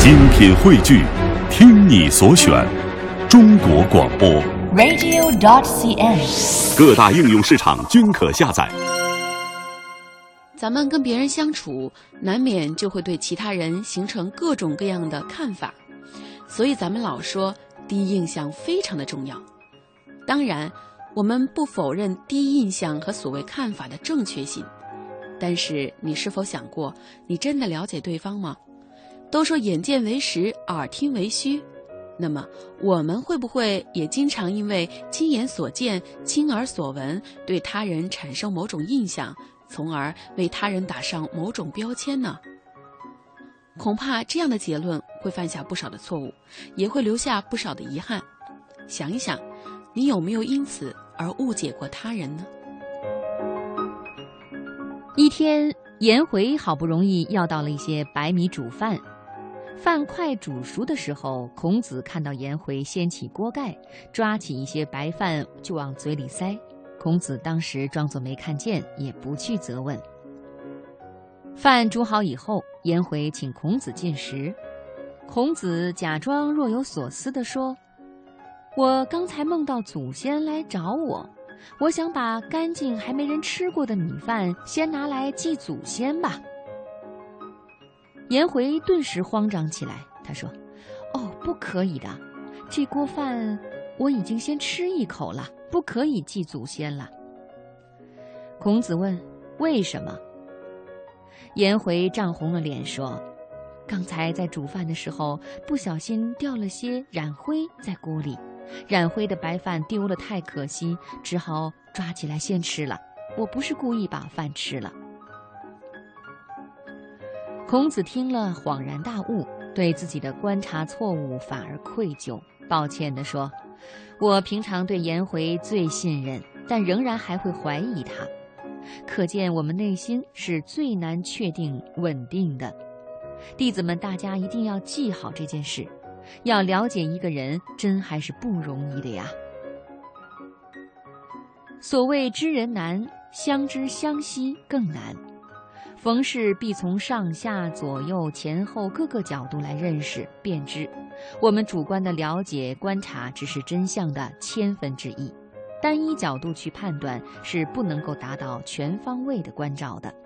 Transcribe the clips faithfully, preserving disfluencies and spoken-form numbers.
精品汇聚，听你所选，中国广播 radio dot c n， 各大应用市场均可下载。 咱们跟别人相处，难免就会对其他人形成各种各样的看法，所以咱们老说第一印象非常的重要。当然，我们不否认第一印象和所谓看法的正确性，但是你是否想过，你真的了解对方吗？都说眼见为实，耳听为虚，那么我们会不会也经常因为亲眼所见、亲耳所闻，对他人产生某种印象，从而为他人打上某种标签呢？恐怕这样的结论会犯下不少的错误，也会留下不少的遗憾。想一想，你有没有因此而误解过他人呢？ 一天，颜回好不容易要到了一些白米煮饭，饭快煮熟的时候，孔子看到颜回掀起锅盖，抓起一些白饭就往嘴里塞。孔子当时装作没看见，也不去责问。饭煮好以后，颜回请孔子进食。孔子假装若有所思地说：“我刚才梦到祖先来找我，我想把干净还没人吃过的米饭先拿来祭祖先吧。”颜回顿时慌张起来，他说：“哦，不可以的，这锅饭我已经先吃一口了，不可以祭祖先了。”孔子问：“为什么？”颜回涨红了脸说：“刚才在煮饭的时候，不小心掉了些染灰在锅里，染灰的白饭丢了太可惜，只好抓起来先吃了。我不是故意把饭吃了。”孔子听了恍然大悟，对自己的观察错误反而愧疚，抱歉地说：“我平常对颜回最信任，但仍然还会怀疑他。可见我们内心是最难确定稳定的。弟子们大家一定要记好这件事，要了解一个人真还是不容易的呀。所谓知人难，相知相惜更难。逢事必从上下左右前后各个角度来认识辨知，我们主观的了解观察只是真相的千分之一，单一角度去判断是不能够达到全方位的关照的。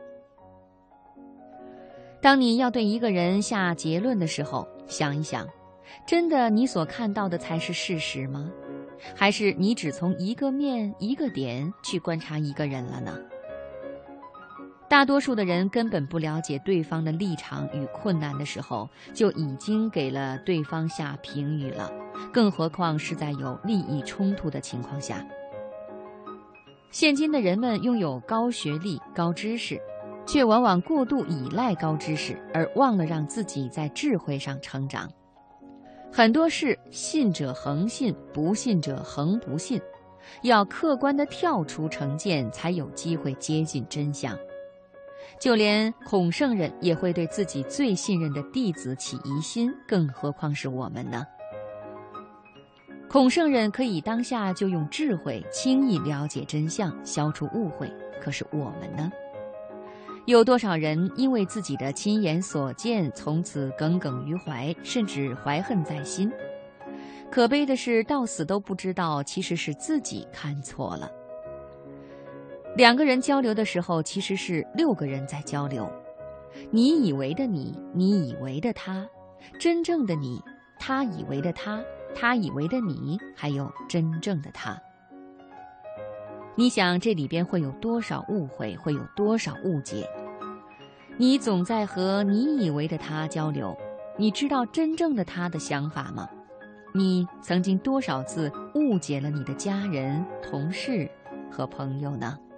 当你要对一个人下结论的时候，想一想，真的你所看到的才是事实吗？还是你只从一个面一个点去观察一个人了呢？大多数的人根本不了解对方的立场与困难的时候，就已经给了对方下评语了，更何况是在有利益冲突的情况下。现今的人们拥有高学历、高知识，却往往过度依赖高知识，而忘了让自己在智慧上成长。很多事信者恒信，不信者恒不信，要客观地跳出成见，才有机会接近真相。就连孔圣人也会对自己最信任的弟子起疑心，更何况是我们呢？孔圣人可以当下就用智慧轻易了解真相，消除误会，可是我们呢？有多少人因为自己的亲眼所见，从此耿耿于怀，甚至怀恨在心？可悲的是，到死都不知道其实是自己看错了。两个人交流的时候，其实是六个人在交流。你以为的你，你以为的他，真正的你，他以为的他，他以为的你，还有真正的他。你想这里边会有多少误会，会有多少误解？你总在和你以为的他交流，你知道真正的他的想法吗？你曾经多少次误解了你的家人、同事和朋友呢？